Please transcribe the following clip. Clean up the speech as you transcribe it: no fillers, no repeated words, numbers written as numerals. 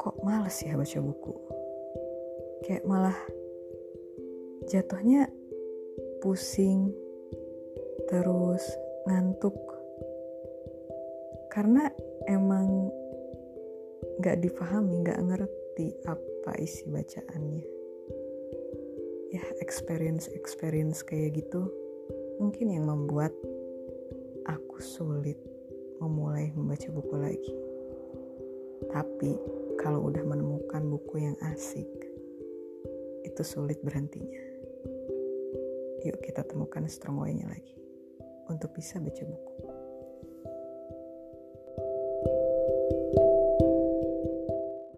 kok males ya baca buku. Kayak malah jatuhnya pusing, terus ngantuk. Karena emang gak dipahami, gak ngerti apa isi bacaannya. Ya experience kayak gitu mungkin yang membuat aku sulit memulai membaca buku lagi. Tapi kalau udah menemukan buku yang asik, itu sulit berhentinya. Yuk kita temukan strong way-nya lagi untuk bisa baca buku.